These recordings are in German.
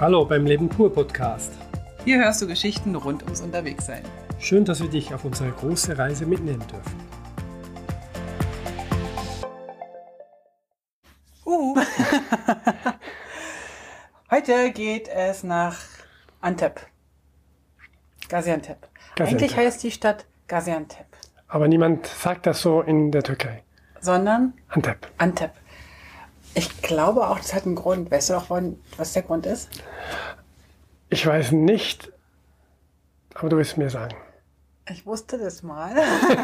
Hallo beim Leben pur Podcast. Hier hörst du Geschichten rund ums Unterwegssein. Schön, dass wir dich auf unsere große Reise mitnehmen dürfen. Heute geht es nach Antep. Gaziantep. Eigentlich heißt die Stadt Gaziantep. Aber niemand sagt das so in der Türkei. Sondern? Antep. Antep. Ich glaube auch, das hat einen Grund. Weißt du auch, was der Grund ist? Ich weiß nicht, aber du wirst mir sagen. Ich wusste das mal.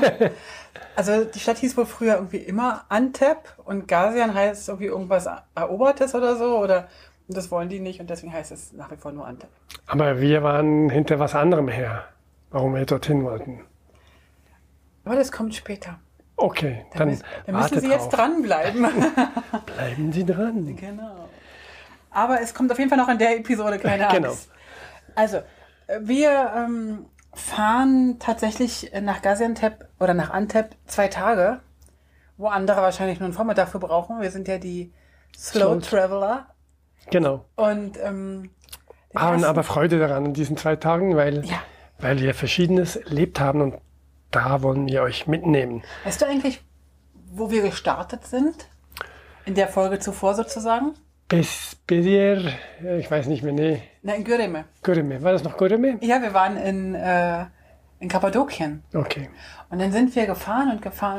Also die Stadt hieß wohl früher irgendwie immer Antep und Gazian heißt irgendwie irgendwas Erobertes oder so. Und das wollen die nicht und deswegen heißt es nach wie vor nur Antep. Aber wir waren hinter was anderem her, warum wir dorthin wollten. Aber das kommt später. Okay, dann müssen Sie jetzt dranbleiben. Bleiben Sie dran. Genau. Aber es kommt auf jeden Fall noch in der Episode, keine Angst. Genau. Also, wir fahren tatsächlich nach Gaziantep oder nach Antep 2 Tage, wo andere wahrscheinlich nur einen Vormittag für brauchen. Wir sind ja die Slow Traveler. Genau. Und haben aber Freude daran in diesen 2 Tagen, weil wir Verschiedenes erlebt haben und da wollen wir euch mitnehmen. Weißt du eigentlich, wo wir gestartet sind? In der Folge zuvor sozusagen? Besbir, ich weiß nicht mehr, nee. Na, in Göreme. Göreme, war das noch Göreme? Ja, wir waren in Kappadokien. Okay. Und dann sind wir gefahren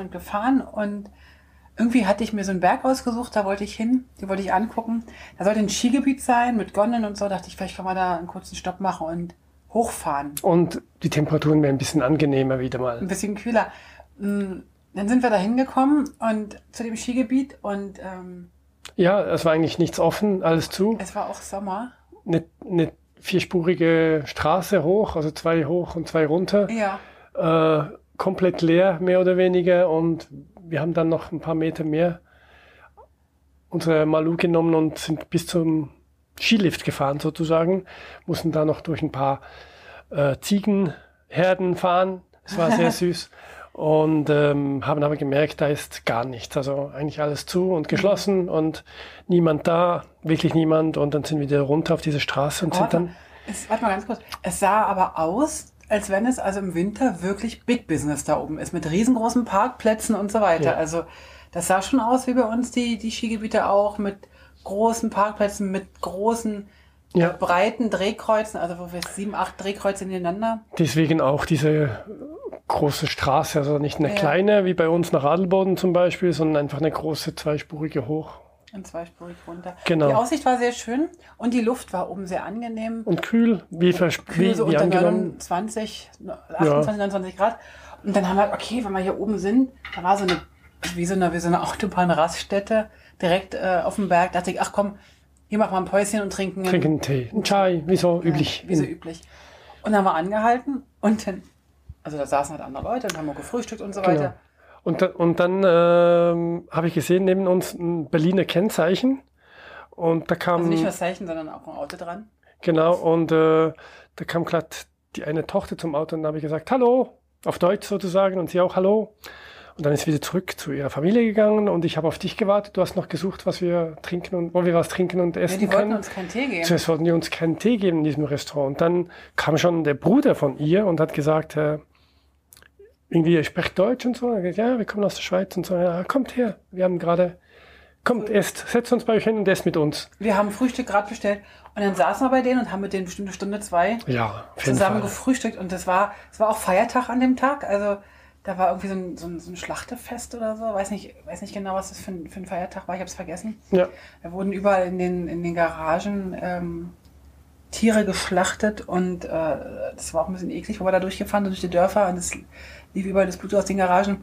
und irgendwie hatte ich mir so einen Berg ausgesucht, da wollte ich hin, die wollte ich angucken. Da sollte ein Skigebiet sein mit Gondeln und so, dachte ich, vielleicht kann man da einen kurzen Stopp machen und hochfahren. Und die Temperaturen wären ein bisschen angenehmer wieder mal. Ein bisschen kühler. Dann sind wir da hingekommen und zu dem Skigebiet und ja, es war eigentlich nichts offen, alles zu. Es war auch Sommer. Eine 4-spurige Straße hoch, also 2 hoch und 2 runter. Ja. Komplett leer, mehr oder weniger. Und wir haben dann noch ein paar Meter mehr unsere Malu genommen und sind bis zum Skilift gefahren sozusagen. Mussten da noch durch ein paar Ziegenherden fahren. Es war sehr süß. Und haben aber gemerkt, da ist gar nichts. Also eigentlich alles zu und geschlossen und niemand da, wirklich niemand. Und dann sind wir wieder runter auf diese Straße und sind dann... Warte mal ganz kurz. Es sah aber aus, als wenn es also im Winter wirklich Big Business da oben ist, mit riesengroßen Parkplätzen und so weiter. Ja. Also das sah schon aus wie bei uns die Skigebiete auch, mit großen Parkplätzen, mit großen... breiten Drehkreuzen, also wo wir 7, 8 Drehkreuze nebeneinander. Deswegen auch diese große Straße, also nicht eine kleine, wie bei uns nach Adelboden zum Beispiel, sondern einfach eine große 2-spurige hoch. Und 2-spurig runter. Genau. Die Aussicht war sehr schön und die Luft war oben sehr angenehm. Und kühl, wie so unter 29, 28, 29 Grad. Und dann haben wir, okay, wenn wir hier oben sind, da war so eine, wie so eine Autobahnraststätte direkt auf dem Berg. Da dachte ich, ach komm, hier machen wir ein Päuschen und trinken einen Tee, einen Chai, wie so üblich. Wie so üblich. Und dann haben wir angehalten und dann, also da saßen halt andere Leute und haben wir gefrühstückt und so weiter. Und dann habe ich gesehen, neben uns ein Berliner Kennzeichen. Und da kam... Also nicht nur das Zeichen, sondern auch ein Auto dran. Genau, und da kam gerade die eine Tochter zum Auto und da habe ich gesagt, hallo, auf Deutsch sozusagen, und sie auch, hallo. Und dann ist sie wieder zurück zu ihrer Familie gegangen und ich habe auf dich gewartet. Du hast noch gesucht, wo wir was trinken und essen können. Die wollten uns keinen Tee geben. Zuerst wollten die uns keinen Tee geben in diesem Restaurant. Und dann kam schon der Bruder von ihr und hat gesagt, irgendwie, ihr spricht Deutsch und so. Und gesagt, ja, wir kommen aus der Schweiz und so. Ja, kommt her, wir haben gerade, kommt, esst, setzt uns bei euch hin und esst mit uns. Wir haben Frühstück gerade bestellt und dann saßen wir bei denen und haben mit denen bestimmt eine Stunde, 2 zusammen gefrühstückt. Und es war auch Feiertag an dem Tag, also da war irgendwie so ein Schlachtefest oder so. Weiß nicht genau, was das für ein Feiertag war. Ich habe es vergessen. Ja. Da wurden überall in den Garagen Tiere geschlachtet und das war auch ein bisschen eklig, wo wir da durchgefahren sind durch die Dörfer und es lief überall das Blut aus den Garagen.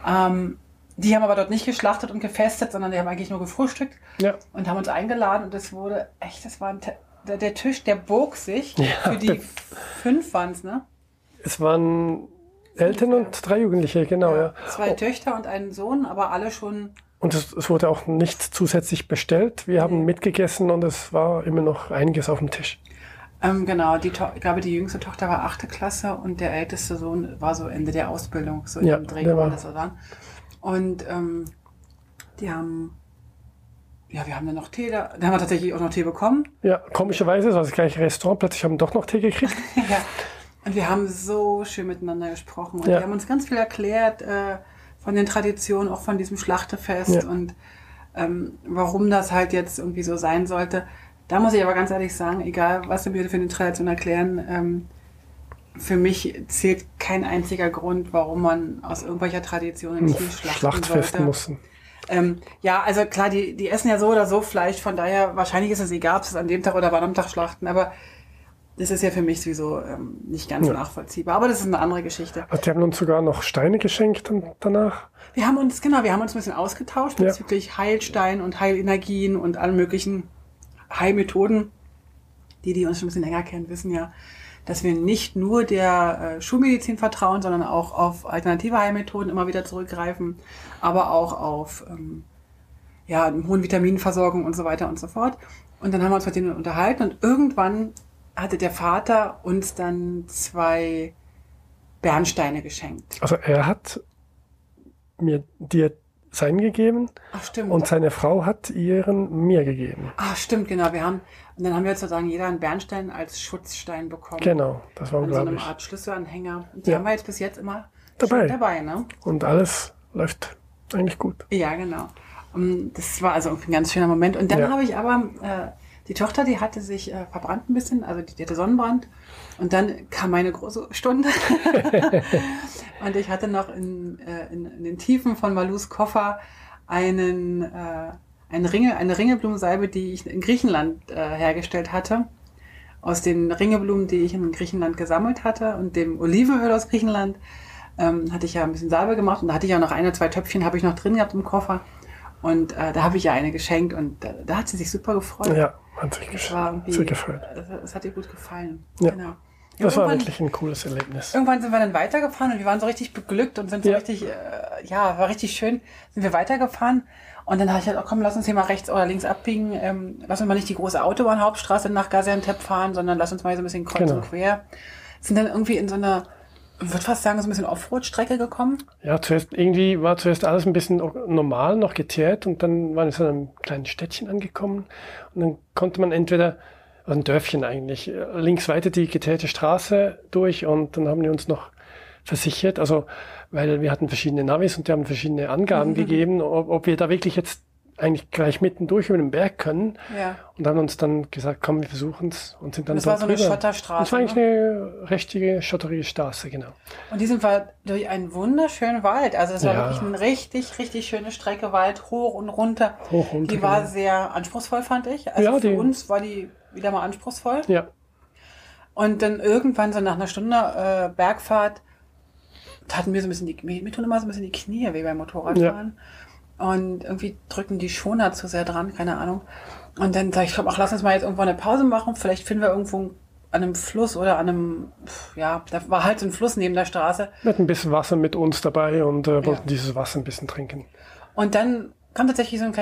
Die haben aber dort nicht geschlachtet und gefestet, sondern die haben eigentlich nur gefrühstückt und haben uns eingeladen und das wurde echt, das war der Tisch, der bog sich. Für die 5 waren es, ne? Es waren Eltern und 3 Jugendliche, genau, ja. 2 Töchter und einen Sohn, aber alle schon... Und es wurde auch nichts zusätzlich bestellt. Wir haben mitgegessen und es war immer noch einiges auf dem Tisch. Genau, ich glaube, die jüngste Tochter war 8. Klasse und der älteste Sohn war so Ende der Ausbildung, so im Dreh, wo das so waren. Und die haben Ja, wir haben dann noch Tee da. Da haben wir tatsächlich auch noch Tee bekommen. Ja, komischerweise, das war das gleiche Restaurant, plötzlich haben wir doch noch Tee gekriegt. Ja, und wir haben so schön miteinander gesprochen. Und wir haben uns ganz viel erklärt von den Traditionen, auch von diesem Schlachtefest und warum das halt jetzt irgendwie so sein sollte. Da muss ich aber ganz ehrlich sagen, egal was wir für eine Tradition erklären, für mich zählt kein einziger Grund, warum man aus irgendwelcher Tradition ein Tier schlachten mussten. Ja, also klar, die essen ja so oder so Fleisch, von daher wahrscheinlich ist es egal, ob sie es an dem Tag oder wann am Tag schlachten, aber das ist ja für mich sowieso nicht ganz nachvollziehbar. Aber das ist eine andere Geschichte. Also die haben uns sogar noch Steine geschenkt danach. Wir haben uns ein bisschen ausgetauscht bezüglich Heilstein und Heilenergien und allen möglichen Heilmethoden. Die uns schon ein bisschen länger kennen, wissen ja, dass wir nicht nur der Schulmedizin vertrauen, sondern auch auf alternative Heilmethoden immer wieder zurückgreifen, aber auch auf hohen Vitaminversorgung und so weiter und so fort. Und dann haben wir uns mit denen unterhalten und irgendwann hatte der Vater uns dann 2 Bernsteine geschenkt. Also er hat dir seinen gegeben. Ach, stimmt. Und seine Frau hat ihren mir gegeben. Ach, stimmt, genau. Und dann haben wir sozusagen jeder einen Bernstein als Schutzstein bekommen. Genau, das war unglaublich. So eine Art Schlüsselanhänger. Und die haben wir jetzt bis jetzt immer dabei, ne? Und alles läuft eigentlich gut. Ja, genau. Und das war also ein ganz schöner Moment. Und dann habe ich aber die Tochter, die hatte sich verbrannt ein bisschen, also die hatte Sonnenbrand. Und dann kam meine große Stunde. Und ich hatte noch in den Tiefen von Malus Koffer eine Ringelblumensalbe, die ich in Griechenland hergestellt hatte. Aus den Ringelblumen, die ich in Griechenland gesammelt hatte und dem Olivenöl aus Griechenland hatte ich ja ein bisschen Salbe gemacht. Und da hatte ich auch noch 1 oder 2 Töpfchen habe ich noch drin gehabt im Koffer. Und da habe ich ja eine geschenkt und da hat sie sich super gefreut. Ja, hat sich gefreut. Es hat ihr gut gefallen. Ja. Genau. Das war wirklich ein cooles Erlebnis. Irgendwann sind wir dann weitergefahren und wir waren so richtig beglückt und sind so richtig, war richtig schön, sind wir weitergefahren. Und dann habe ich halt, komm, lass uns hier mal rechts oder links abbiegen. Lass uns mal nicht die große Autobahnhauptstraße nach Gaziantep fahren, sondern lass uns mal so ein bisschen kreuz und quer. Sind dann irgendwie in so eine, ich würde fast sagen, so ein bisschen Offroad-Strecke gekommen. Ja, war zuerst alles ein bisschen normal, noch geteert und dann waren wir so in einem kleinen Städtchen angekommen und dann konnte man entweder ein Dörfchen eigentlich, links weiter die geteerte Straße durch und dann haben die uns noch versichert, also weil wir hatten verschiedene Navis und die haben verschiedene Angaben gegeben, ob wir da wirklich jetzt eigentlich gleich mittendurch über den Berg können. Ja. Und haben uns dann gesagt, komm, wir versuchen es und sind dann das dort war so eine Schotterstraße. Das war eigentlich eine richtige, schotterige Straße, genau. Und die sind wir durch einen wunderschönen Wald. Also es war wirklich eine richtig, richtig schöne Strecke, Wald hoch und runter. Die war sehr anspruchsvoll, fand ich. Also für uns war die wieder mal anspruchsvoll. Ja. Und dann irgendwann so nach einer Stunde Bergfahrt taten mir so ein bisschen mir tun immer so ein bisschen die Knie wie beim Motorradfahren. Ja. Und irgendwie drücken die Schoner zu sehr dran, keine Ahnung. Und dann sage ich, komm, lass uns mal jetzt irgendwo eine Pause machen. Vielleicht finden wir irgendwo an einem Fluss oder an einem, da war halt so ein Fluss neben der Straße. Wir hatten ein bisschen Wasser mit uns dabei und wollten dieses Wasser ein bisschen trinken. Und dann kam tatsächlich so ein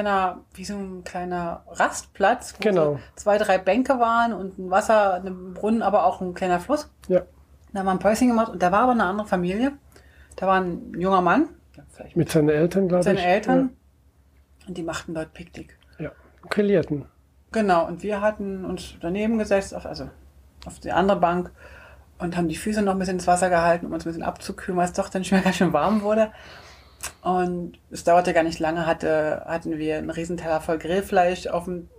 kleiner Rastplatz, wo so 2, 3 Bänke waren und ein Wasser, ein Brunnen, aber auch ein kleiner Fluss. Ja. Da haben wir ein Päuschen gemacht und da war aber eine andere Familie. Da war ein junger Mann. Vielleicht mit seinen Eltern, glaube ich. Seine Eltern. Ja. Und die machten dort Picknick. Ja, grillierten. Genau, und wir hatten uns daneben gesetzt, auf die andere Bank und haben die Füße noch ein bisschen ins Wasser gehalten, um uns ein bisschen abzukühlen, weil es doch dann schon ganz schön warm wurde. Und es dauerte gar nicht lange, hatten wir einen Riesenteller voll Grillfleisch auf dem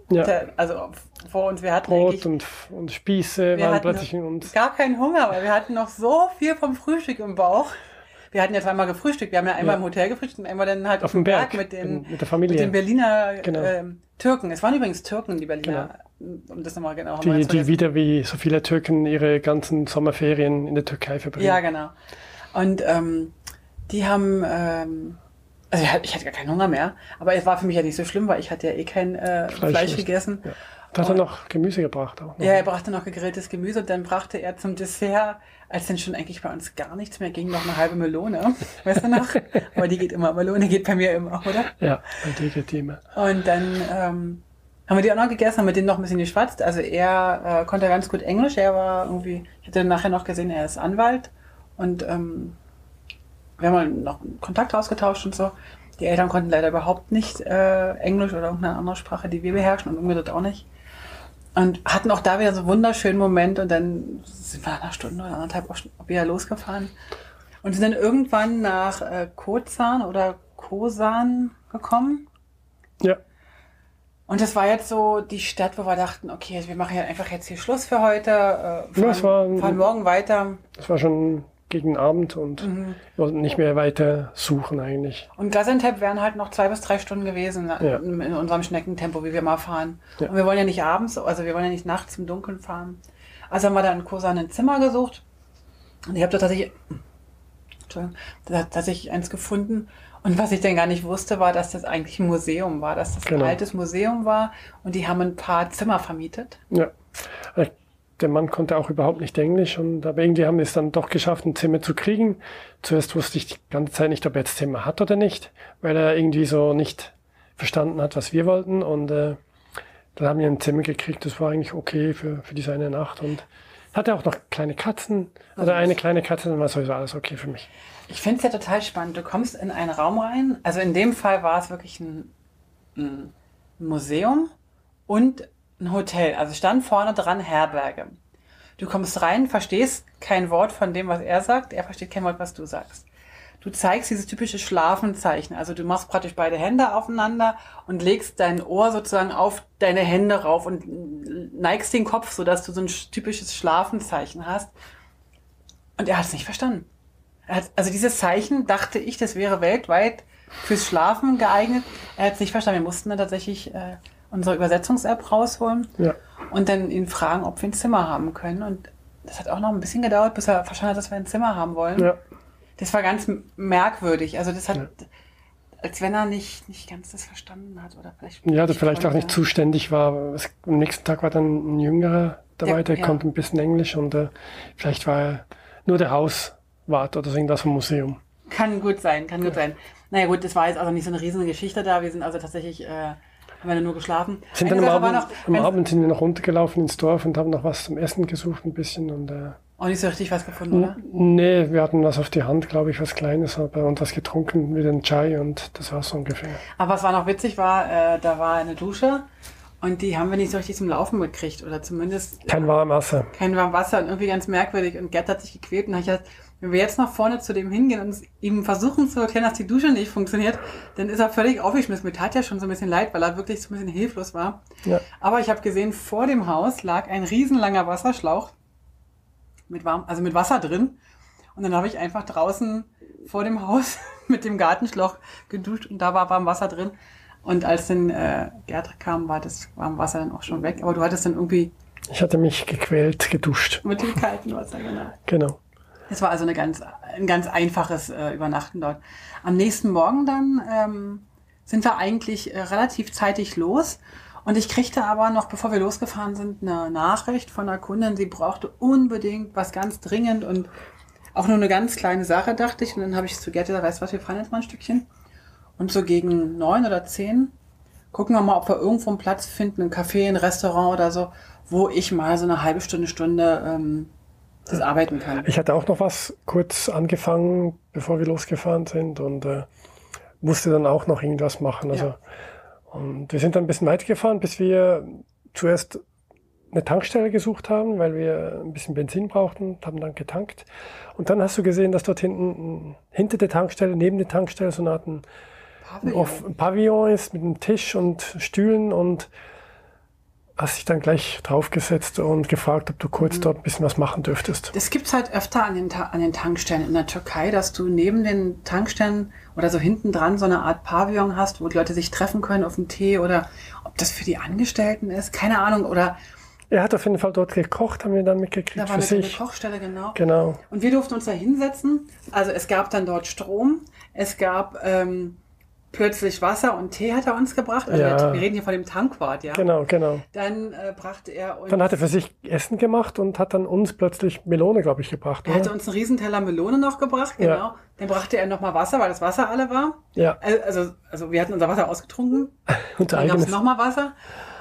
vor uns. Wir hatten Brot und Spieße waren plötzlich in uns. Gar keinen Hunger, weil wir hatten noch so viel vom Frühstück im Bauch. Wir hatten ja zweimal gefrühstückt. Wir haben ja einmal im Hotel gefrühstückt und einmal dann halt auf dem Berg mit der Familie. Mit den Berliner Türken. Es waren übrigens Türken, die Berliner. Genau. Um das nochmal genau die wieder wie so viele Türken ihre ganzen Sommerferien in der Türkei verbringen. Ja, genau. Und die haben, also ich hatte gar keinen Hunger mehr, aber es war für mich ja nicht so schlimm, weil ich hatte ja eh kein Fleisch gegessen. Ja. Da hat er noch Gemüse gebracht auch. Ja, er brachte noch gegrilltes Gemüse und dann brachte er zum Dessert, als dann schon eigentlich bei uns gar nichts mehr ging, noch eine halbe Melone. Weißt du noch? Aber die geht immer, Melone geht bei mir immer, oder? Ja, bei dir geht die immer. Und dann haben wir die auch noch gegessen, haben mit denen noch ein bisschen geschwatzt. Also er konnte ganz gut Englisch, er war irgendwie, ich hatte nachher noch gesehen, er ist Anwalt und wir haben mal noch Kontakt ausgetauscht und so. Die Eltern konnten leider überhaupt nicht Englisch oder irgendeine andere Sprache, die wir beherrschen, und umgekehrt auch nicht. Und hatten auch da wieder so einen wunderschönen Moment, und dann sind wir nach einer Stunde oder anderthalb auch wieder losgefahren und sind dann irgendwann nach Kozan oder Kosan gekommen. Ja. Und das war jetzt so die Stadt, wo wir dachten, okay, also wir machen ja einfach jetzt hier Schluss für heute, fahren morgen weiter. Das war schon gegen Abend und wir wollten nicht mehr weiter suchen eigentlich. Und Gaziantep wären halt noch 2 bis 3 Stunden gewesen in unserem Schneckentempo, wie wir mal fahren. Ja. Und wir wollen ja nicht abends, also wir wollen ja nicht nachts im Dunkeln fahren. Also haben wir da in Kosan ein Zimmer gesucht und ich habe da tatsächlich eins gefunden. Und was ich dann gar nicht wusste, war, dass das eigentlich ein Museum war, dass das ein altes Museum war und die haben ein paar Zimmer vermietet. Ja. Der Mann konnte auch überhaupt nicht Englisch, aber irgendwie haben wir es dann doch geschafft, ein Zimmer zu kriegen. Zuerst wusste ich die ganze Zeit nicht, ob er jetzt Zimmer hat oder nicht, weil er irgendwie so nicht verstanden hat, was wir wollten. Und dann haben wir ein Zimmer gekriegt, das war eigentlich okay für diese eine Nacht. Und hatte auch noch kleine Katzen, also eine kleine Katze, dann war sowieso alles okay für mich. Ich finde es ja total spannend. Du kommst in einen Raum rein, also in dem Fall war es wirklich ein Museum und ein Hotel, also stand vorne dran Herberge. Du kommst rein, verstehst kein Wort von dem, was er sagt, er versteht kein Wort, was du sagst. Du zeigst dieses typische Schlafenzeichen, also du machst praktisch beide Hände aufeinander und legst dein Ohr sozusagen auf deine Hände rauf und neigst den Kopf, sodass du so ein typisches Schlafenzeichen hast. Und er hat es nicht verstanden. Also dieses Zeichen, dachte ich, das wäre weltweit fürs Schlafen geeignet. Er hat es nicht verstanden. Wir mussten dann tatsächlich unsere Übersetzungs-App rausholen und dann ihn fragen, ob wir ein Zimmer haben können. Und das hat auch noch ein bisschen gedauert, bis er verstanden hat, dass wir ein Zimmer haben wollen. Ja. Das war ganz merkwürdig. Also das hat, als wenn er nicht ganz das verstanden hat. Oder vielleicht auch nicht zuständig war. Am nächsten Tag war dann ein Jüngerer dabei, der konnte ein bisschen Englisch und vielleicht war er nur der Hauswart oder so irgendwas vom Museum. Kann gut sein. Naja gut, das war jetzt also nicht so eine riesige Geschichte da. Wir sind also tatsächlich, haben wir dann nur geschlafen. Am Abend sind wir noch runtergelaufen ins Dorf und haben noch was zum Essen gesucht ein bisschen. Und auch nicht so richtig was gefunden, oder? Nee, wir hatten was auf die Hand, glaube ich, was Kleines, und was getrunken, wie den Chai, und das war so ungefähr. Aber was war noch witzig war, da war eine Dusche und die haben wir nicht so richtig zum Laufen gekriegt, oder zumindest... Kein warmes Wasser. Kein warmes Wasser und irgendwie ganz merkwürdig, und Gerd hat sich gequält und dann habe ich gedacht, wenn wir jetzt nach vorne zu dem hingehen und ihm versuchen zu erklären, dass die Dusche nicht funktioniert, dann ist er völlig aufgeschmissen. Mir tat ja schon so ein bisschen leid, weil er wirklich so ein bisschen hilflos war. Ja. Aber ich habe gesehen, vor dem Haus lag ein riesenlanger Wasserschlauch mit Wasser drin. Und dann habe ich einfach draußen vor dem Haus mit dem Gartenschlauch geduscht und da war warm Wasser drin. Und als dann Gerd kam, war das warme Wasser dann auch schon weg. Aber du hattest dann irgendwie... Ich hatte mich gequält, geduscht. Mit dem kalten Wasser, genau. Genau. Es war also ein ganz einfaches Übernachten dort. Am nächsten Morgen dann sind wir eigentlich relativ zeitig los. Und ich kriegte aber noch, bevor wir losgefahren sind, eine Nachricht von einer Kundin, sie brauchte unbedingt was ganz dringend und auch nur eine ganz kleine Sache, dachte ich. Und dann habe ich zu Gerd gesagt, weißt du was, wir fahren jetzt mal ein Stückchen. Und so gegen 9 oder 10 gucken wir mal, ob wir irgendwo einen Platz finden, ein Café, ein Restaurant oder so, wo ich mal so eine halbe Stunde das arbeiten kann. Ich hatte auch noch was kurz angefangen, bevor wir losgefahren sind, und musste dann auch noch irgendwas machen. Also, und wir sind dann ein bisschen weiter gefahren, bis wir zuerst eine Tankstelle gesucht haben, weil wir ein bisschen Benzin brauchten, haben dann getankt. Und dann hast du gesehen, dass dort hinter der Tankstelle, neben der Tankstelle, so eine Art ein Pavillon ist mit einem Tisch und Stühlen, und hast dich dann gleich draufgesetzt und gefragt, ob du kurz dort ein bisschen was machen dürftest. Das gibt's halt öfter an den Tankstellen in der Türkei, dass du neben den Tankstellen oder so hinten dran so eine Art Pavillon hast, wo die Leute sich treffen können auf einen Tee, oder ob das für die Angestellten ist, keine Ahnung, oder... Er hat auf jeden Fall dort gekocht, haben wir dann mitgekriegt. Da war eine kleine Kochstelle, genau. Genau. Und wir durften uns da hinsetzen. Also es gab dann dort Strom, es gab plötzlich Wasser und Tee hat er uns gebracht. Also wir reden hier von dem Tankwart, ja. Genau. Dann brachte er uns... Dann hat er für sich Essen gemacht und hat dann uns plötzlich Melone, glaube ich, gebracht. Er hatte uns einen Riesenteller Melone noch gebracht, genau. Ja. Dann brachte er nochmal Wasser, weil das Wasser alle war. Ja. Also wir hatten unser Wasser ausgetrunken. Und dann gab es nochmal Wasser.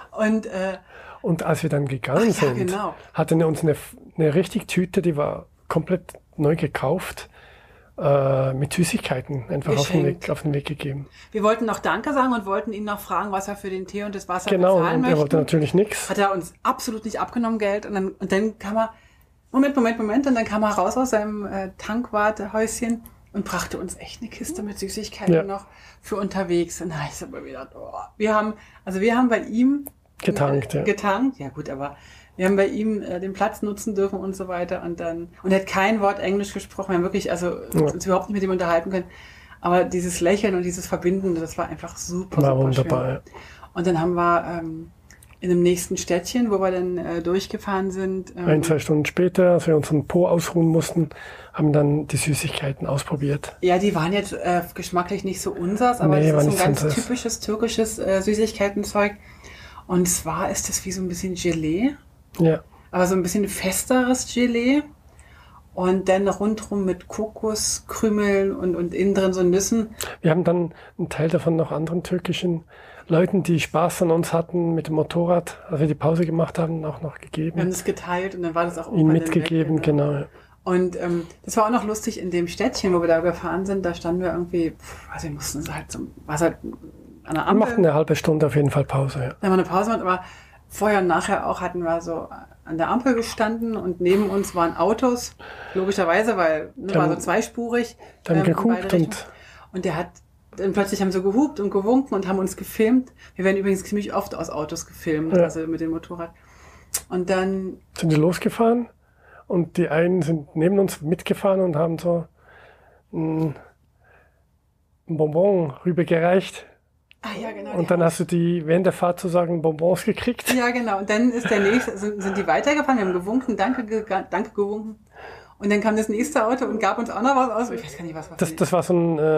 Und als wir dann gegangen sind, hatte er uns eine richtig Tüte, die war komplett neu gekauft. mit Süßigkeiten einfach auf den Weg gegeben. Wir wollten noch Danke sagen und wollten ihn noch fragen, was er für den Tee und das Wasser bezahlen möchte. Genau, er wollte natürlich nichts. Hat er uns absolut nicht abgenommen, Geld. Und dann kam er, Moment. Und dann kam er raus aus seinem Tankwartehäuschen und brachte uns echt eine Kiste mit Süßigkeiten noch für unterwegs. Und da habe ich aber wieder, wir haben bei ihm getankt. Ja gut, aber wir haben bei ihm den Platz nutzen dürfen und so weiter. Und er hat kein Wort Englisch gesprochen. Wir haben wirklich, uns überhaupt nicht mit ihm unterhalten können. Aber dieses Lächeln und dieses Verbinden, das war einfach super, war super wunderbar, schön. Ja. Und dann haben wir in einem nächsten Städtchen, wo wir dann durchgefahren sind. 1-2 Stunden später, als wir unseren Po ausruhen mussten, haben dann die Süßigkeiten ausprobiert. Ja, die waren jetzt geschmacklich nicht so unsers, aber das ist ein ganz typisches türkisches Süßigkeitenzeug. Und zwar ist das wie so ein bisschen Gelee. Ja. Aber so ein bisschen festeres Gelee. Und dann rundherum mit Kokoskrümeln und innen drin so Nüssen. Wir haben dann einen Teil davon noch anderen türkischen Leuten, die Spaß an uns hatten mit dem Motorrad, als wir die Pause gemacht haben, auch noch gegeben. Wir haben das geteilt und dann war das auch ihnen mitgegeben, weg, genau. Ja. Und das war auch noch lustig in dem Städtchen, wo wir da gefahren sind. Da standen wir irgendwie, wir mussten halt an der Ampel. Wir machten eine halbe Stunde auf jeden Fall Pause. Ja. Da haben wir eine Pause gemacht, aber vorher und nachher auch hatten wir so an der Ampel gestanden und neben uns waren Autos, logischerweise, weil war so zweispurig. Dann gehupt und der hat dann plötzlich haben sie gehupt und gewunken und haben uns gefilmt. Wir werden übrigens ziemlich oft aus Autos gefilmt, also mit dem Motorrad. Und dann sind wir losgefahren und die einen sind neben uns mitgefahren und haben so ein Bonbon rübergereicht. Ah, ja, genau. Und dann hast du während der Fahrt sozusagen Bonbons gekriegt. Ja, genau. Und dann ist der nächste, sind die weitergefahren, wir haben gewunken, danke gewunken. Und dann kam das nächste Auto und gab uns auch noch was aus. Ich weiß gar nicht, was war das war so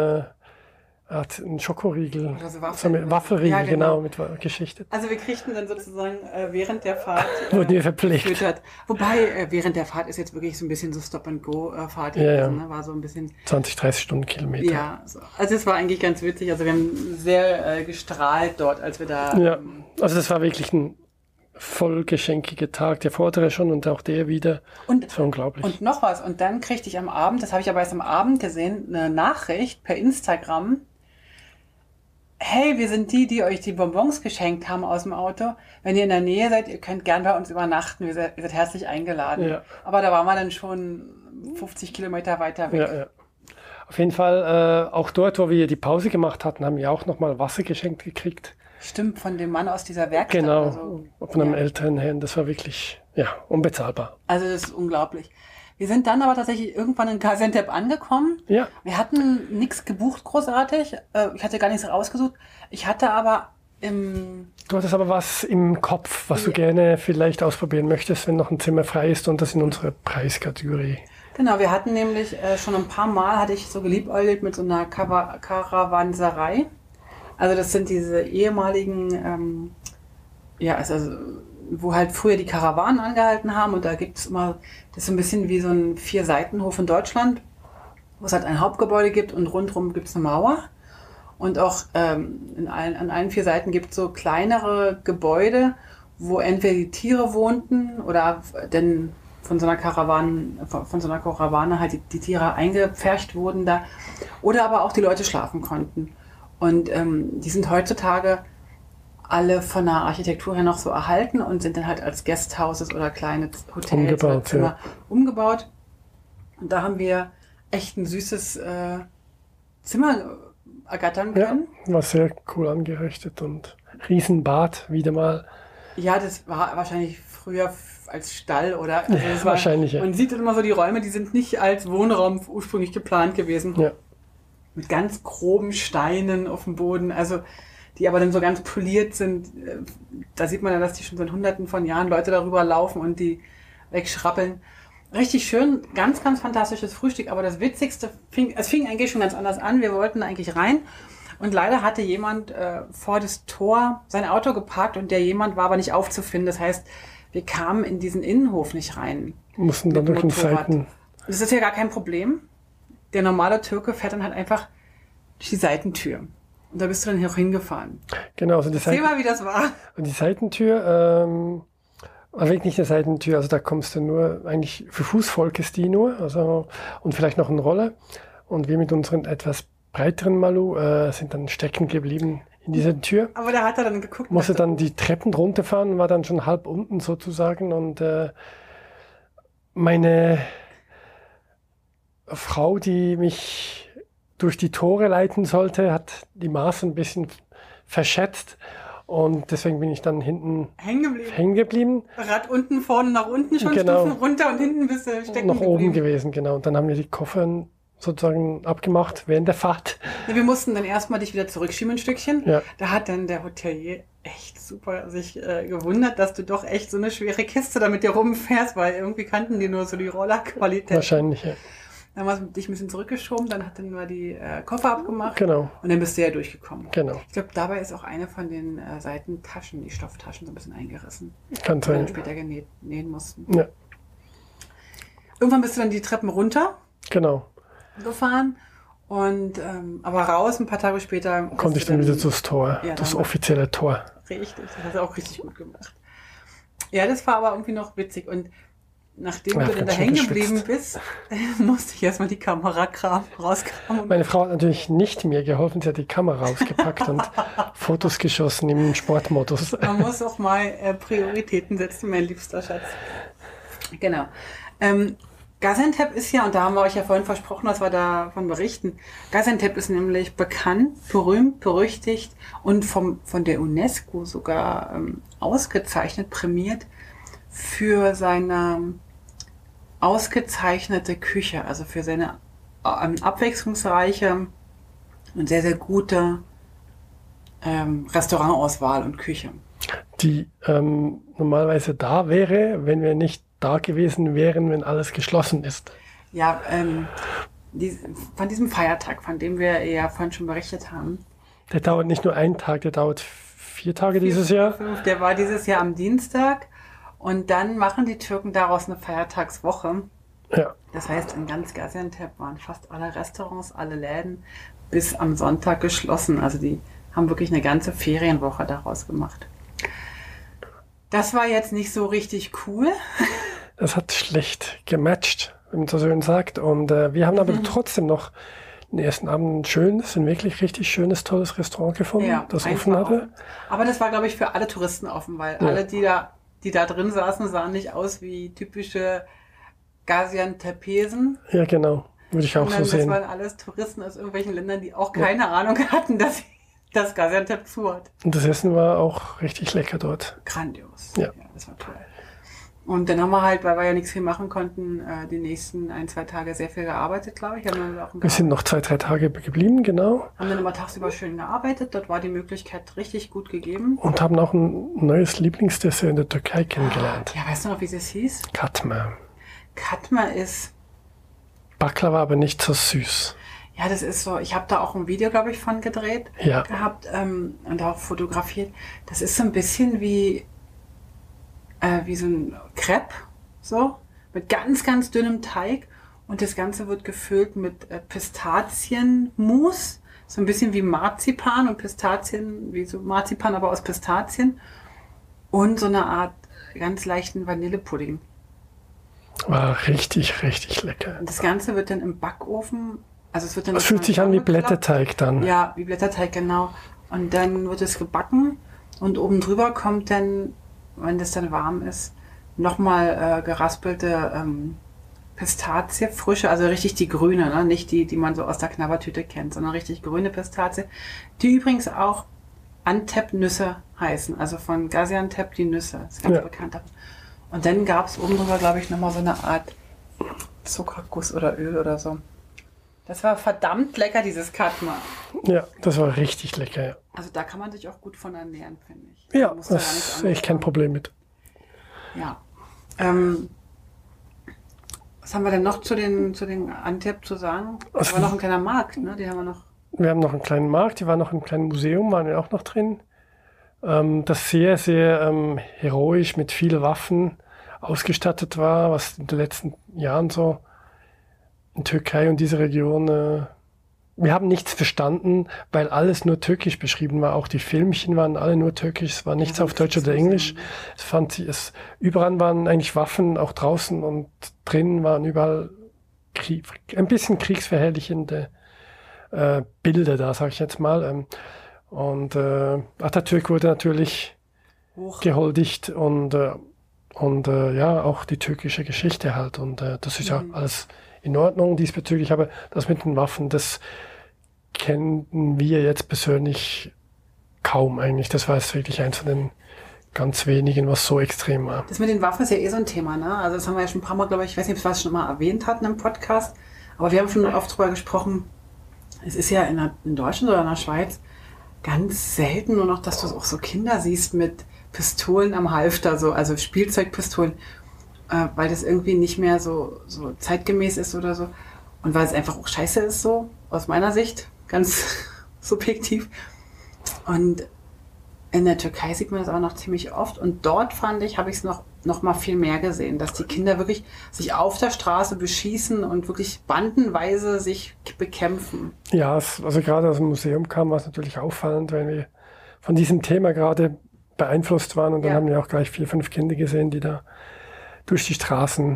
ein Schokoriegel. Also Waffelriegel, ja, genau, mit geschichtet. Also wir kriegten dann sozusagen während der Fahrt wurden wir verpflichtet. Wobei, während der Fahrt ist jetzt wirklich so ein bisschen so Stop-and-Go-Fahrt gewesen. Ne? War so ein bisschen 20, 30 Stundenkilometer. Ja, also es war eigentlich ganz witzig. Also wir haben sehr gestrahlt dort, als wir da... Ja, also das war wirklich ein vollgeschenkiger Tag. Der vordere schon und auch der wieder. Das war unglaublich. Und noch was. Und dann kriegte ich am Abend, das habe ich aber erst am Abend gesehen, eine Nachricht per Instagram. Hey, wir sind die euch die Bonbons geschenkt haben aus dem Auto. Wenn ihr in der Nähe seid, ihr könnt gern bei uns übernachten. Ihr seid herzlich eingeladen. Ja. Aber da waren wir dann schon 50 Kilometer weiter weg. Ja. Auf jeden Fall, auch dort, wo wir die Pause gemacht hatten, haben wir auch nochmal Wasser geschenkt gekriegt. Stimmt, von dem Mann aus dieser Werkstatt. Genau, oder so. Von einem älteren Herrn. Das war wirklich unbezahlbar. Also das ist unglaublich. Wir sind dann aber tatsächlich irgendwann in Gaziantep angekommen. Ja. Wir hatten nichts gebucht großartig. Ich hatte gar nichts rausgesucht. Ich hatte aber Du hattest aber was im Kopf, was du gerne vielleicht ausprobieren möchtest, wenn noch ein Zimmer frei ist und das in unsere Preiskategorie. Genau, wir hatten nämlich schon ein paar Mal, hatte ich so geliebäugelt mit so einer Karawanserei. Also das sind diese ehemaligen, wo halt früher die Karawanen angehalten haben und da gibt es immer, das ist so ein bisschen wie so ein 4-Seitenhof in Deutschland, wo es halt ein Hauptgebäude gibt und rundherum gibt es eine Mauer und auch an allen 4 Seiten gibt es so kleinere Gebäude, wo entweder die Tiere wohnten oder denn von so einer Karawane halt die Tiere eingepfercht wurden da oder aber auch die Leute schlafen konnten. Und die sind heutzutage alle von der Architektur her noch so erhalten und sind dann halt als Guesthouses oder kleine Hotels oder Zimmer umgebaut. Und da haben wir echt ein süßes Zimmer ergattern können. Ja, war sehr cool angerichtet und Riesenbad wieder mal. Ja, das war wahrscheinlich früher als Stall oder... Also ja, wahrscheinlich, Man sieht immer so die Räume, die sind nicht als Wohnraum ursprünglich geplant gewesen. Ja. Mit ganz groben Steinen auf dem Boden, also die aber dann so ganz poliert sind. Da sieht man ja, dass die schon seit Hunderten von Jahren Leute darüber laufen und die wegschrappeln. Richtig schön, ganz, ganz fantastisches Frühstück, aber das Witzigste es fing eigentlich schon ganz anders an. Wir wollten eigentlich rein und leider hatte jemand vor das Tor sein Auto geparkt und der jemand war aber nicht aufzufinden. Das heißt, wir kamen in diesen Innenhof nicht rein. Mussten dann durch den Seiten. Das ist ja gar kein Problem. Der normale Türke fährt dann halt einfach durch die Seitentür. Und da bist du dann hier auch hingefahren. Genau. Also Erzähl mal, wie das war. Und die Seitentür, war wirklich nicht eine Seitentür, also da kommst du nur, eigentlich für Fußvolk ist die nur, also und vielleicht noch ein Roller. und wir mit unseren etwas breiteren Malu sind dann stecken geblieben in dieser Tür. Aber da hat er dann geguckt. Musste dann die Treppen runterfahren, war dann schon halb unten sozusagen und meine Frau, die mich durch die Tore leiten sollte, hat die Maße ein bisschen verschätzt und deswegen bin ich dann hinten hängen geblieben. Rad unten, vorne nach unten schon, genau. Stufen runter und hinten bist du stecken noch geblieben. Oben gewesen, genau. Und dann haben wir die Koffer sozusagen abgemacht während der Fahrt. Ja, wir mussten dann erstmal dich wieder zurückschieben ein Stückchen. Ja. Da hat dann der Hotelier echt super sich gewundert, dass du doch echt so eine schwere Kiste da mit dir rumfährst, weil irgendwie kannten die nur so die Rollerqualität. Wahrscheinlich, ja. Dann haben wir dich ein bisschen zurückgeschoben, dann hat dann mal die Koffer abgemacht. Genau. Und dann bist du ja durchgekommen. Genau. Ich glaube, dabei ist auch eine von den Seitentaschen, die Stofftaschen, so ein bisschen eingerissen. Kann sein. Die wir dann später nähen mussten. Ja. Irgendwann bist du dann die Treppen runter. Genau. Gefahren. Und aber raus, ein paar Tage später. Konnte ich dann wieder durchs Tor, ja, das offizielle Tor. Richtig, das hast du auch richtig gut gemacht. Ja, das war aber irgendwie noch witzig. Und nachdem du dann da hängen geblieben bist, musste ich erstmal die Kamera rauskramen. Meine Frau hat natürlich nicht mir geholfen, sie hat die Kamera ausgepackt und Fotos geschossen im Sportmodus. Man muss auch mal Prioritäten setzen, mein liebster Schatz. Genau. Gaziantep ist ja, und da haben wir euch ja vorhin versprochen, dass wir davon berichten, Gaziantep ist nämlich bekannt, berühmt, berüchtigt und von der UNESCO sogar ausgezeichnet, prämiert für seine ausgezeichnete Küche, also für seine abwechslungsreiche und sehr, sehr gute Restaurantauswahl und Küche. Die normalerweise da wäre, wenn wir nicht da gewesen wären, wenn alles geschlossen ist. Ja, von diesem Feiertag, von dem wir ja vorhin schon berichtet haben. Der dauert nicht nur einen Tag, der dauert 4 Tage dieses Jahr. 5, der war dieses Jahr am Dienstag. Und dann machen die Türken daraus eine Feiertagswoche. Ja. Das heißt, in ganz Gaziantep waren fast alle Restaurants, alle Läden bis am Sonntag geschlossen. Also die haben wirklich eine ganze Ferienwoche daraus gemacht. Das war jetzt nicht so richtig cool. Das hat schlecht gematcht, wie man so schön sagt. Und wir haben aber trotzdem noch den ersten Abend ein wirklich richtig schönes, tolles Restaurant gefunden, ja, das offen hatte. Aber das war, glaube ich, für alle Touristen offen, weil alle, die da drin saßen, sahen nicht aus wie typische Gaziantepesen. Ja, genau. Würde ich auch so sehen. Das waren alles Touristen aus irgendwelchen Ländern, die auch keine Ahnung hatten, dass das Gaziantep zu hat. Und das Essen war auch richtig lecker dort. Grandios. Ja, das war toll. Und dann haben wir halt, weil wir ja nichts viel machen konnten, die nächsten 1-2 Tage sehr viel gearbeitet, glaube ich. Wir sind noch 2-3 Tage geblieben, genau. Haben dann immer tagsüber schön gearbeitet. Dort war die Möglichkeit richtig gut gegeben. Und haben auch ein neues Lieblingsdessert in der Türkei kennengelernt. Ja, weißt du noch, wie es hieß? Katmer. Katmer ist... Baklava, aber nicht so süß. Ja, das ist so, ich habe da auch ein Video, glaube ich, von gedreht gehabt und auch fotografiert. Das ist so ein bisschen wie so ein Crepe, so, mit ganz, ganz dünnem Teig. Und das Ganze wird gefüllt mit Pistazienmus. So ein bisschen wie Marzipan und Pistazien, wie so Marzipan, aber aus Pistazien. Und so eine Art ganz leichten Vanillepudding. War richtig, richtig lecker. Und das Ganze wird dann im Backofen... Also es wird dann fühlt sich an wie Blätterteig dann. Ja, wie Blätterteig, genau. Und dann wird es gebacken und oben drüber kommt dann, wenn das dann warm ist, nochmal geraspelte Pistazie, frische, also richtig die grüne, ne? Nicht die man so aus der Knabbertüte kennt, sondern richtig grüne Pistazie, die übrigens auch Antep-Nüsse heißen, also von Gaziantep die Nüsse, das ist ganz bekannt. Und dann gab es oben drüber, glaube ich, nochmal so eine Art Zuckerguss oder Öl oder so. Das war verdammt lecker, dieses Katmer. Ja, das war richtig lecker, ja. Also da kann man sich auch gut von ernähren, finde ich. Ja, das sehe ich kein Problem mit. Ja. Was haben wir denn noch zu den Antep zu sagen? Das war noch ein kleiner Markt, ne? Die haben wir noch. Wir haben noch einen kleinen Markt, die waren noch im kleinen Museum, waren wir auch noch drin. Das sehr, sehr heroisch mit vielen Waffen ausgestattet war, was in den letzten Jahren so in Türkei und dieser Region, wir haben nichts verstanden, weil alles nur türkisch beschrieben war. Auch die Filmchen waren alle nur türkisch, es war nichts auf Deutsch oder Englisch. Überall waren eigentlich Waffen, auch draußen und drinnen waren überall ein bisschen kriegsverherrlichende Bilder da, sage ich jetzt mal. Und Atatürk wurde natürlich gehuldigt und ja, auch die türkische Geschichte halt. Und das ist ja alles in Ordnung diesbezüglich. Aber das mit den Waffen, das kennen wir jetzt persönlich kaum eigentlich. Das war jetzt wirklich eins von den ganz wenigen, was so extrem war. Das mit den Waffen ist ja so ein Thema, ne? Also das haben wir ja schon ein paar Mal, glaube ich weiß nicht, ob wir es schon mal erwähnt hatten im Podcast, aber wir haben schon oft drüber gesprochen. Es ist ja in Deutschland oder in der Schweiz ganz selten nur noch, dass du auch so Kinder siehst mit Pistolen am Halfter, also Spielzeugpistolen, weil das irgendwie nicht mehr so zeitgemäß ist oder so. Und weil es einfach auch scheiße ist, so aus meiner Sicht, ganz subjektiv. Und in der Türkei sieht man das aber noch ziemlich oft. Und dort habe ich es noch mal viel mehr gesehen, dass die Kinder wirklich sich auf der Straße beschießen und wirklich bandenweise sich bekämpfen. Ja, also gerade aus dem Museum kam, war es natürlich auffallend, wenn wir von diesem Thema gerade beeinflusst waren. Und dann haben wir auch gleich 4, 5 Kinder gesehen, die da durch die Straßen,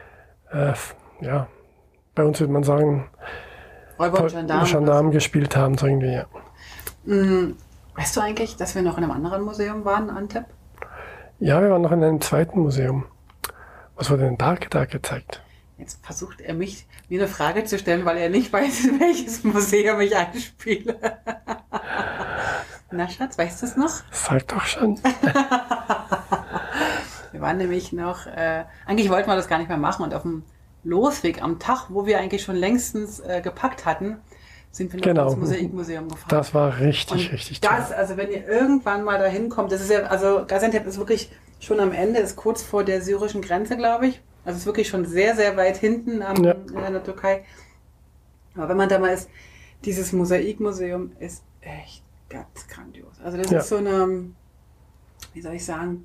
bei uns würde man sagen, Räuber und Gendarmen gespielt haben, so irgendwie, ja. Weißt du eigentlich, dass wir noch in einem anderen Museum waren, Antep? Ja, wir waren noch in einem zweiten Museum. Was wurde denn da gezeigt? Jetzt versucht er mir eine Frage zu stellen, weil er nicht weiß, in welches Museum ich einspiele. Na Schatz, weißt du es noch? Sag doch schon. Wir waren nämlich noch, eigentlich wollten wir das gar nicht mehr machen und auf dem Losweg am Tag, wo wir eigentlich schon längstens gepackt hatten, sind wir noch ins Mosaikmuseum gefahren. Das war richtig toll. Also wenn ihr irgendwann mal dahin kommt, das ist ja, also Gaziantep ist wirklich schon am Ende, ist kurz vor der syrischen Grenze, glaube ich. Also es ist wirklich schon sehr, sehr weit hinten in der Türkei. Aber wenn man da mal ist, dieses Mosaikmuseum ist echt ganz grandios. Also das ist so eine, wie soll ich sagen,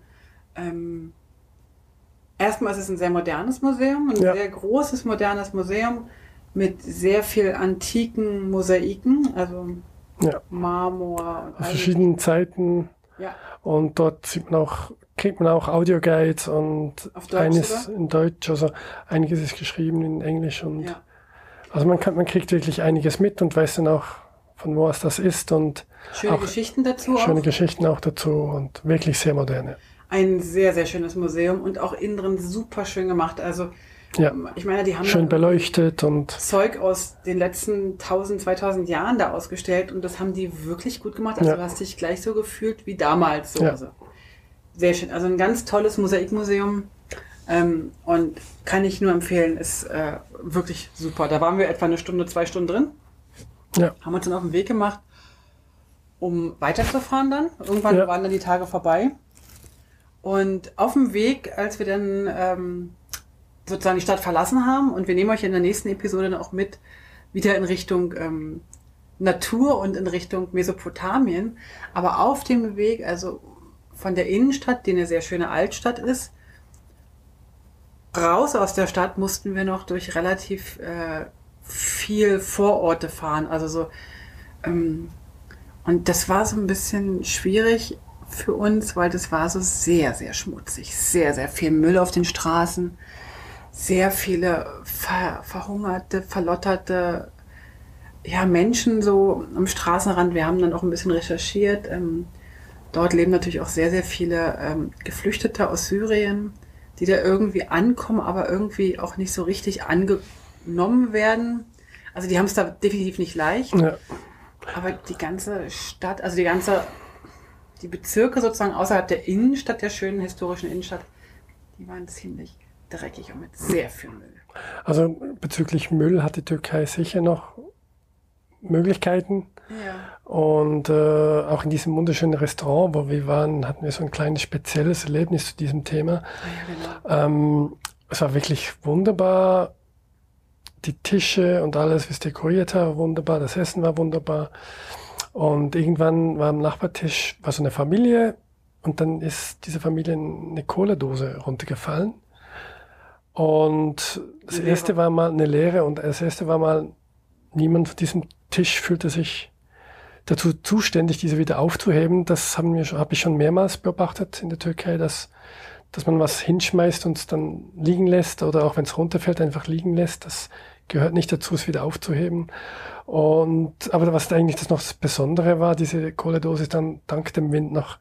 erstmal ist es ein sehr modernes Museum, ein sehr großes, modernes Museum mit sehr viel antiken Mosaiken, also Marmor. Und aus verschiedenen Zeiten. Ja. Und dort kriegt man auch Audioguides und eines in Deutsch, also einiges ist geschrieben in Englisch. Und also man kriegt wirklich einiges mit und weiß dann auch, von wo es das ist. Und schöne Geschichten dazu. Schöne Geschichten auch dazu und wirklich sehr moderne. Ein sehr, sehr schönes Museum und auch innen drin super schön gemacht. Also ich meine, die haben schön beleuchtet und Zeug aus den letzten 1000, 2000 Jahren da ausgestellt und das haben die wirklich gut gemacht. Also du hast dich gleich so gefühlt wie damals. So. Also, sehr schön. Also ein ganz tolles Mosaikmuseum und kann ich nur empfehlen, ist wirklich super. Da waren wir etwa 1 Stunde, 2 Stunden drin. Ja. Haben uns dann auf den Weg gemacht, um weiterzufahren dann. Irgendwann waren dann die Tage vorbei. Und auf dem Weg, als wir dann sozusagen die Stadt verlassen haben, und wir nehmen euch in der nächsten Episode dann auch mit, wieder in Richtung Natur und in Richtung Mesopotamien. Aber auf dem Weg, also von der Innenstadt, die eine sehr schöne Altstadt ist, raus aus der Stadt mussten wir noch durch relativ viel Vororte fahren. Also so, und das war so ein bisschen schwierig für uns, weil das war so sehr, sehr schmutzig. Sehr, sehr viel Müll auf den Straßen. Sehr viele verhungerte, verlotterte Menschen so am Straßenrand. Wir haben dann auch ein bisschen recherchiert. Dort leben natürlich auch sehr, sehr viele Geflüchtete aus Syrien, die da irgendwie ankommen, aber irgendwie auch nicht so richtig angenommen werden. Also die haben es da definitiv nicht leicht. Ja. Aber die ganze Stadt, also die Bezirke sozusagen außerhalb der Innenstadt, der schönen historischen Innenstadt, die waren ziemlich dreckig und mit sehr viel Müll. Also bezüglich Müll hat die Türkei sicher noch Möglichkeiten. Ja. Und auch in diesem wunderschönen Restaurant, wo wir waren, hatten wir so ein kleines spezielles Erlebnis zu diesem Thema. Ja, genau. Es war wirklich wunderbar. Die Tische und alles, was dekoriert war, wunderbar. Das Essen war wunderbar. Und irgendwann war am Nachbartisch so eine Familie und dann ist dieser Familie eine Cola-Dose runtergefallen. Und das erste war mal eine Leere und das erste war mal, niemand von diesem Tisch fühlte sich dazu zuständig, diese wieder aufzuheben. Das habe ich schon mehrmals beobachtet in der Türkei, dass man was hinschmeißt und es dann liegen lässt oder auch wenn es runterfällt, einfach liegen lässt. Das gehört nicht dazu, es wieder aufzuheben. Aber was eigentlich das Besondere war, diese Kohlendose ist dann dank dem Wind noch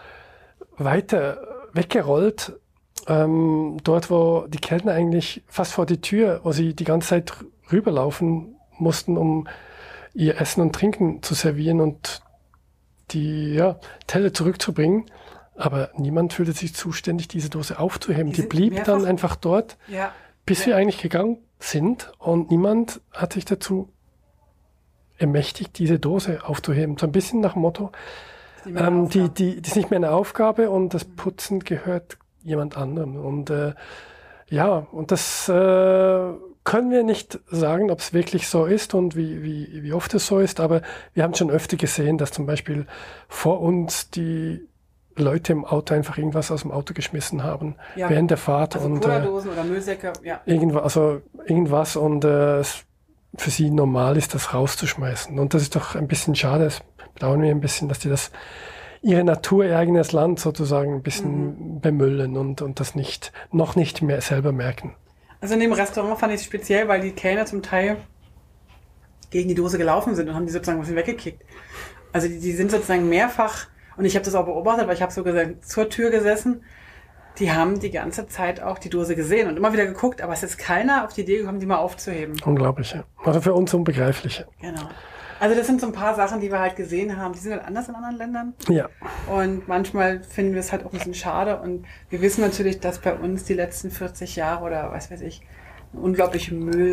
weiter weggerollt. Dort, wo die Kellner eigentlich fast vor die Tür, wo sie die ganze Zeit rüberlaufen mussten, um ihr Essen und Trinken zu servieren und die Teller zurückzubringen. Aber niemand fühlte sich zuständig, diese Dose aufzuheben. Die blieb dann einfach dort, bis wir eigentlich gegangen sind. Und niemand hat sich dazu ermächtigt, diese Dose aufzuheben. So ein bisschen nach dem Motto, die ist nicht mehr eine Aufgabe und das Putzen gehört jemand anderem. Und und das können wir nicht sagen, ob es wirklich so ist und wie oft es so ist. Aber wir haben schon öfter gesehen, dass zum Beispiel vor uns die Leute im Auto einfach irgendwas aus dem Auto geschmissen haben während der Fahrt. Also Cola-Dosen oder Müllsäcke, irgendwas und für sie normal ist, das rauszuschmeißen. Und das ist doch ein bisschen schade. Das bedauern wir ein bisschen, dass die das ihre Natur, ihr eigenes Land sozusagen ein bisschen bemüllen und das noch nicht mehr selber merken. Also in dem Restaurant fand ich es speziell, weil die Kellner zum Teil gegen die Dose gelaufen sind und haben die sozusagen ein bisschen weggekickt. Also die sind sozusagen mehrfach, und ich habe das auch beobachtet, weil ich habe so gesagt zur Tür gesessen, die haben die ganze Zeit auch die Dose gesehen und immer wieder geguckt, aber es ist keiner auf die Idee gekommen, die mal aufzuheben. Unglaublich, ja. Also für uns unbegreiflich. Genau. Also das sind so ein paar Sachen, die wir halt gesehen haben. Die sind halt anders in anderen Ländern. Ja. Und manchmal finden wir es halt auch ein bisschen schade. Und wir wissen natürlich, dass bei uns die letzten 40 Jahre oder was weiß ich, eine unglaubliche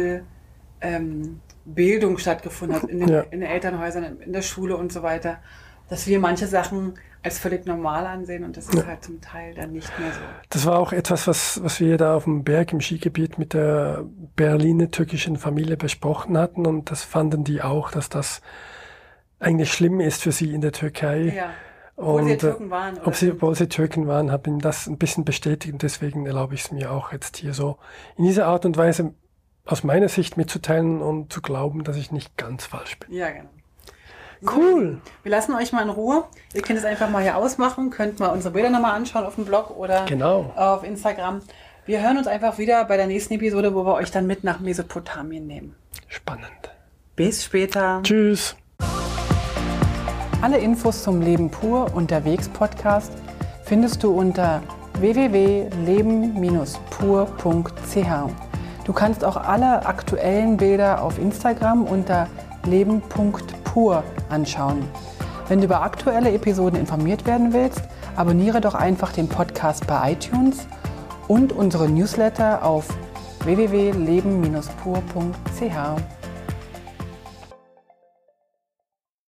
Müllbildung stattgefunden hat in den Elternhäusern, in der Schule und so weiter. Dass wir manche Sachen als völlig normal ansehen und das ist halt zum Teil dann nicht mehr so. Das war auch etwas, was wir da auf dem Berg im Skigebiet mit der Berliner-türkischen Familie besprochen hatten und das fanden die auch, dass das eigentlich schlimm ist für sie in der Türkei. Ja, obwohl sie Türken waren. Obwohl sie Türken waren, habe ich das ein bisschen bestätigt und deswegen erlaube ich es mir auch jetzt hier so in dieser Art und Weise aus meiner Sicht mitzuteilen und zu glauben, dass ich nicht ganz falsch bin. Ja, genau. Cool. Wir lassen euch mal in Ruhe. Ihr könnt es einfach mal hier ausmachen, könnt mal unsere Bilder nochmal anschauen auf dem Blog oder auf Instagram. Wir hören uns einfach wieder bei der nächsten Episode, wo wir euch dann mit nach Mesopotamien nehmen. Spannend. Bis später. Tschüss. Alle Infos zum Leben pur unterwegs Podcast findest du unter www.leben-pur.ch. Du kannst auch alle aktuellen Bilder auf Instagram unter leben.pur anschauen. Wenn du über aktuelle Episoden informiert werden willst, abonniere doch einfach den Podcast bei iTunes und unsere Newsletter auf www.leben-pur.ch.